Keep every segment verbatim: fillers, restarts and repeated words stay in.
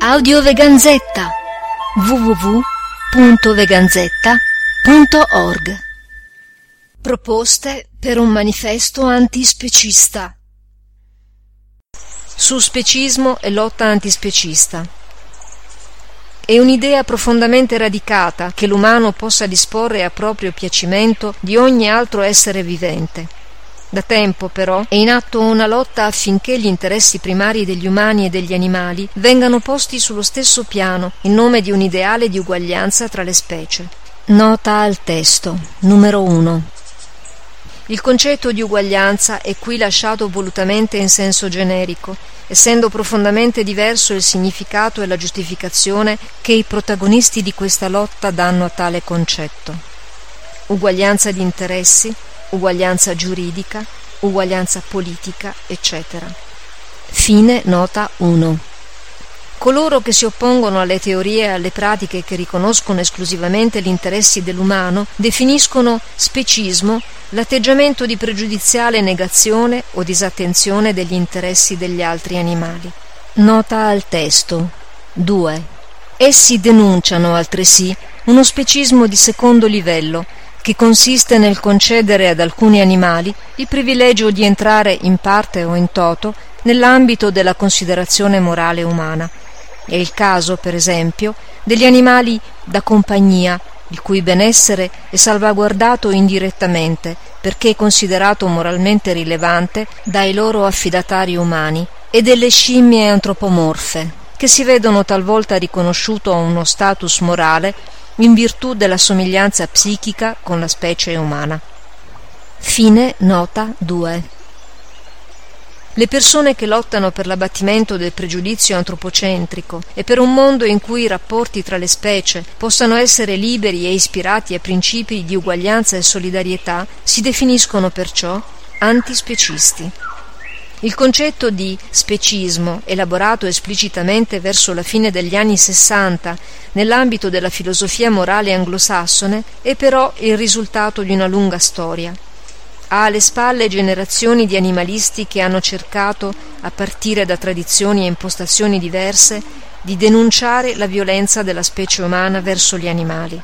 Audioveganzetta w w w punto veganzetta punto org. Proposte per un manifesto antispecista. Su specismo e lotta antispecista. È un'idea profondamente radicata che l'umano possa disporre a proprio piacimento di ogni altro essere vivente. Da tempo, però, è in atto una lotta affinché gli interessi primari degli umani e degli animali vengano posti sullo stesso piano in nome di un ideale di uguaglianza tra le specie. Nota al testo. Numero uno. Il concetto di uguaglianza è qui lasciato volutamente in senso generico, essendo profondamente diverso il significato e la giustificazione che i protagonisti di questa lotta danno a tale concetto. Uguaglianza di interessi, uguaglianza giuridica, uguaglianza politica, eccetera. Fine nota uno. Coloro che si oppongono alle teorie e alle pratiche che riconoscono esclusivamente gli interessi dell'umano definiscono specismo l'atteggiamento di pregiudiziale negazione o disattenzione degli interessi degli altri animali. Nota al testo. due. Essi denunciano altresì uno specismo di secondo livello, che consiste nel concedere ad alcuni animali il privilegio di entrare in parte o in toto nell'ambito della considerazione morale umana. È il caso, per esempio, degli animali da compagnia, il cui benessere è salvaguardato indirettamente perché è considerato moralmente rilevante dai loro affidatari umani, e delle scimmie antropomorfe, che si vedono talvolta riconosciuto uno status morale in virtù della somiglianza psichica con la specie umana. Fine nota due. Le persone che lottano per l'abbattimento del pregiudizio antropocentrico e per un mondo in cui i rapporti tra le specie possano essere liberi e ispirati a principi di uguaglianza e solidarietà si definiscono perciò antispecisti. Il concetto di specismo, elaborato esplicitamente verso la fine degli anni sessanta nell'ambito della filosofia morale anglosassone, è però il risultato di una lunga storia. Ha alle spalle generazioni di animalisti che hanno cercato, a partire da tradizioni e impostazioni diverse, di denunciare la violenza della specie umana verso gli animali.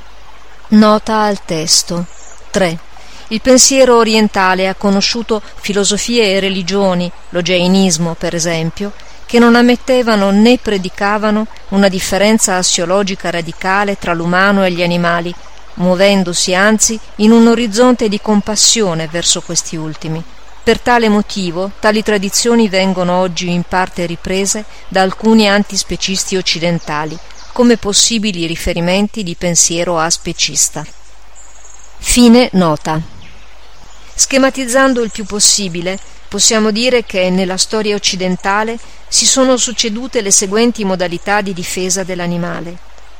Nota al testo. tre. Il pensiero orientale ha conosciuto filosofie e religioni, lo jainismo per esempio, che non ammettevano né predicavano una differenza assiologica radicale tra l'umano e gli animali, muovendosi anzi in un orizzonte di compassione verso questi ultimi. Per tale motivo, tali tradizioni vengono oggi in parte riprese da alcuni antispecisti occidentali, come possibili riferimenti di pensiero aspecista. Fine nota. Schematizzando il più possibile, possiamo dire che nella storia occidentale si sono succedute le seguenti modalità di difesa dell'animale.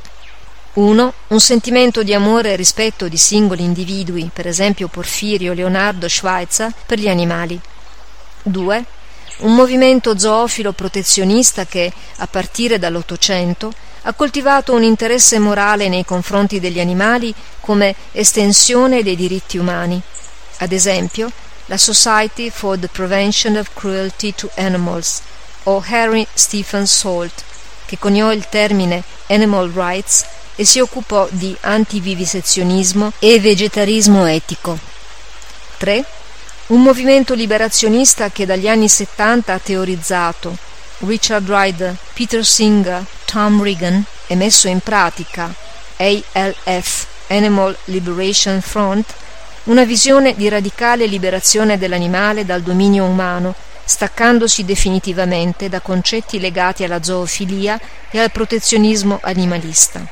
uno. Un sentimento di amore e rispetto di singoli individui, per esempio Porfirio Leonardo Schweitzer, per gli animali. due. Un movimento zoofilo protezionista che, a partire dall'Ottocento, ha coltivato un interesse morale nei confronti degli animali come estensione dei diritti umani. Ad esempio, la Society for the Prevention of Cruelty to Animals, o Harry Stephen Salt, che coniò il termine Animal Rights e si occupò di antivivisezionismo e vegetarismo etico. tre. Un movimento liberazionista che dagli anni settanta ha teorizzato Richard Ryder, Peter Singer, Tom Regan e messo in pratica A L F, Animal Liberation Front, una visione di radicale liberazione dell'animale dal dominio umano, staccandosi definitivamente da concetti legati alla zoofilia e al protezionismo animalista.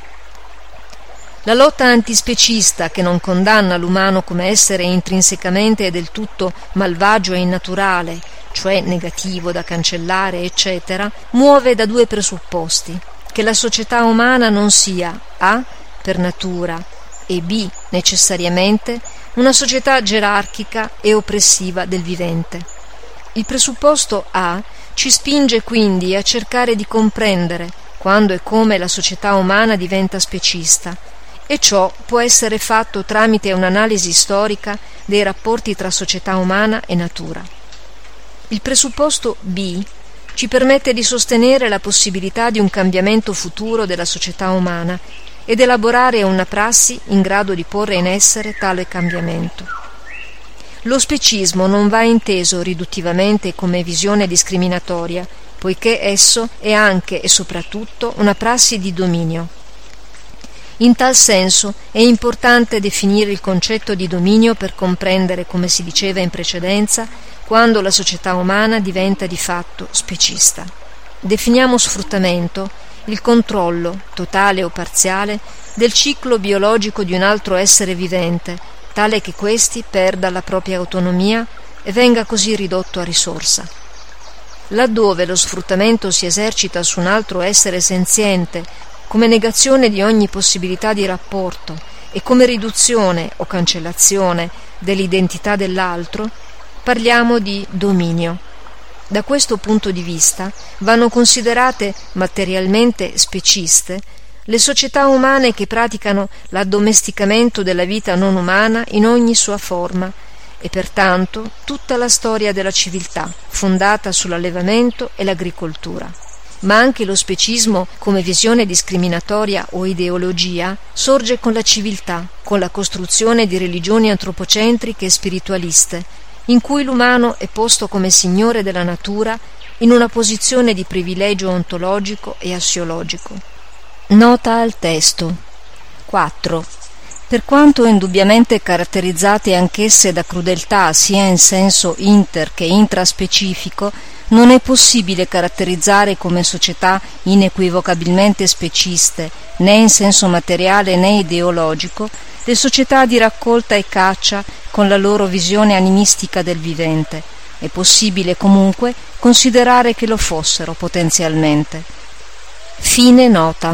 La lotta antispecista, che non condanna l'umano come essere intrinsecamente e del tutto malvagio e innaturale, cioè negativo da cancellare, eccetera, muove da due presupposti: che la società umana non sia A, per natura, e B, necessariamente, una società gerarchica e oppressiva del vivente. Il presupposto A ci spinge quindi a cercare di comprendere quando e come la società umana diventa specista, e ciò può essere fatto tramite un'analisi storica dei rapporti tra società umana e natura. Il presupposto B ci permette di sostenere la possibilità di un cambiamento futuro della società umana ed elaborare una prassi in grado di porre in essere tale cambiamento. Lo specismo non va inteso riduttivamente come visione discriminatoria, poiché esso è anche e soprattutto una prassi di dominio. In tal senso è importante definire il concetto di dominio per comprendere, come si diceva in precedenza, quando la società umana diventa di fatto specista. Definiamo sfruttamento il controllo, totale o parziale, del ciclo biologico di un altro essere vivente, tale che questi perda la propria autonomia e venga così ridotto a risorsa. Laddove lo sfruttamento si esercita su un altro essere senziente, come negazione di ogni possibilità di rapporto e come riduzione o cancellazione dell'identità dell'altro, parliamo di dominio. Da questo punto di vista vanno considerate materialmente speciste le società umane che praticano l'addomesticamento della vita non umana in ogni sua forma e pertanto tutta la storia della civiltà fondata sull'allevamento e l'agricoltura. Ma anche lo specismo come visione discriminatoria o ideologia sorge con la civiltà, con la costruzione di religioni antropocentriche e spiritualiste, in cui l'umano è posto come signore della natura in una posizione di privilegio ontologico e assiologico. Nota al testo. quattro. Per quanto indubbiamente caratterizzate anch'esse da crudeltà sia in senso inter che intraspecifico, non è possibile caratterizzare come società inequivocabilmente speciste, né in senso materiale né ideologico, le società di raccolta e caccia con la loro visione animistica del vivente. È possibile comunque considerare che lo fossero potenzialmente. Fine nota.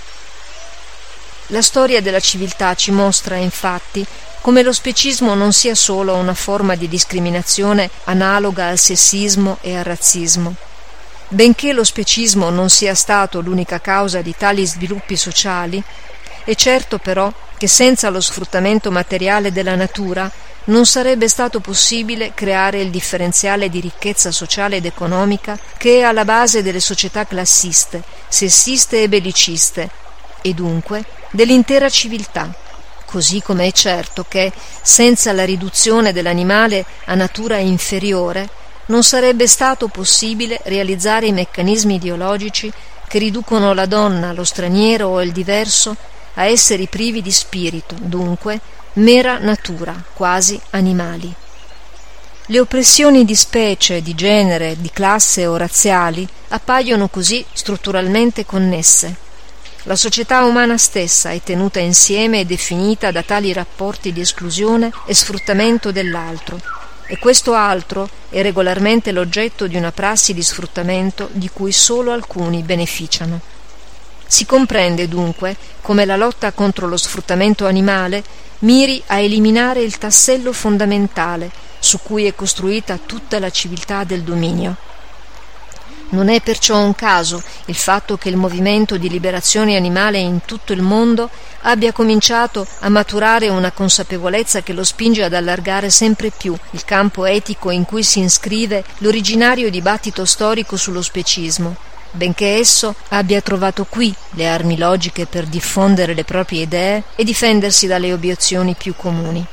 La storia della civiltà ci mostra, infatti, come lo specismo non sia solo una forma di discriminazione analoga al sessismo e al razzismo. Benché lo specismo non sia stato l'unica causa di tali sviluppi sociali, è certo però che senza lo sfruttamento materiale della natura non sarebbe stato possibile creare il differenziale di ricchezza sociale ed economica che è alla base delle società classiste, sessiste e belliciste, e dunque dell'intera civiltà. Così come è certo che, senza la riduzione dell'animale a natura inferiore, non sarebbe stato possibile realizzare i meccanismi ideologici che riducono la donna, lo straniero o il diverso a esseri privi di spirito, dunque mera natura, quasi animali. Le oppressioni di specie, di genere, di classe o razziali appaiono così strutturalmente connesse. La società umana stessa è tenuta insieme e definita da tali rapporti di esclusione e sfruttamento dell'altro, e questo altro è regolarmente l'oggetto di una prassi di sfruttamento di cui solo alcuni beneficiano. Si comprende dunque come la lotta contro lo sfruttamento animale miri a eliminare il tassello fondamentale su cui è costruita tutta la civiltà del dominio. Non è perciò un caso il fatto che il movimento di liberazione animale in tutto il mondo abbia cominciato a maturare una consapevolezza che lo spinge ad allargare sempre più il campo etico in cui si iscrive l'originario dibattito storico sullo specismo, benché esso abbia trovato qui le armi logiche per diffondere le proprie idee e difendersi dalle obiezioni più comuni.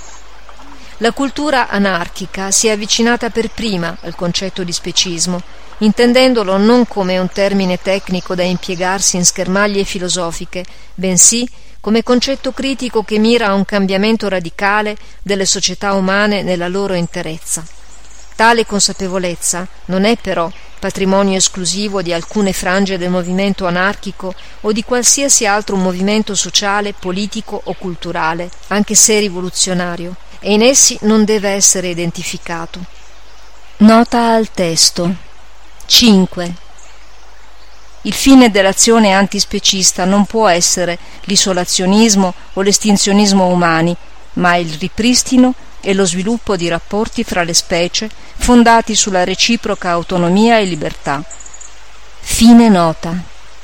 La cultura anarchica si è avvicinata per prima al concetto di specismo, intendendolo non come un termine tecnico da impiegarsi in schermaglie filosofiche, bensì come concetto critico che mira a un cambiamento radicale delle società umane nella loro interezza. Tale consapevolezza non è però patrimonio esclusivo di alcune frange del movimento anarchico o di qualsiasi altro movimento sociale, politico o culturale, anche se rivoluzionario, e in essi non deve essere identificato. Nota al testo. cinque. Il fine dell'azione antispecista non può essere l'isolazionismo o l'estinzionismo umani, ma il ripristino e lo sviluppo di rapporti fra le specie fondati sulla reciproca autonomia e libertà. Fine nota.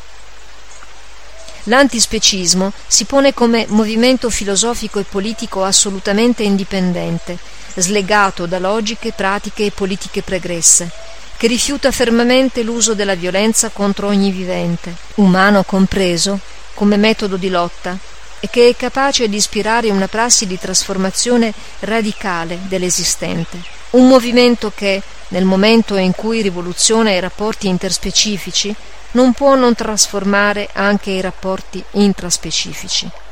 L'antispecismo si pone come movimento filosofico e politico assolutamente indipendente, slegato da logiche, pratiche e politiche pregresse, che rifiuta fermamente l'uso della violenza contro ogni vivente, umano compreso, come metodo di lotta, e che è capace di ispirare una prassi di trasformazione radicale dell'esistente. Un movimento che, nel momento in cui rivoluziona i rapporti interspecifici, non può non trasformare anche i rapporti intraspecifici.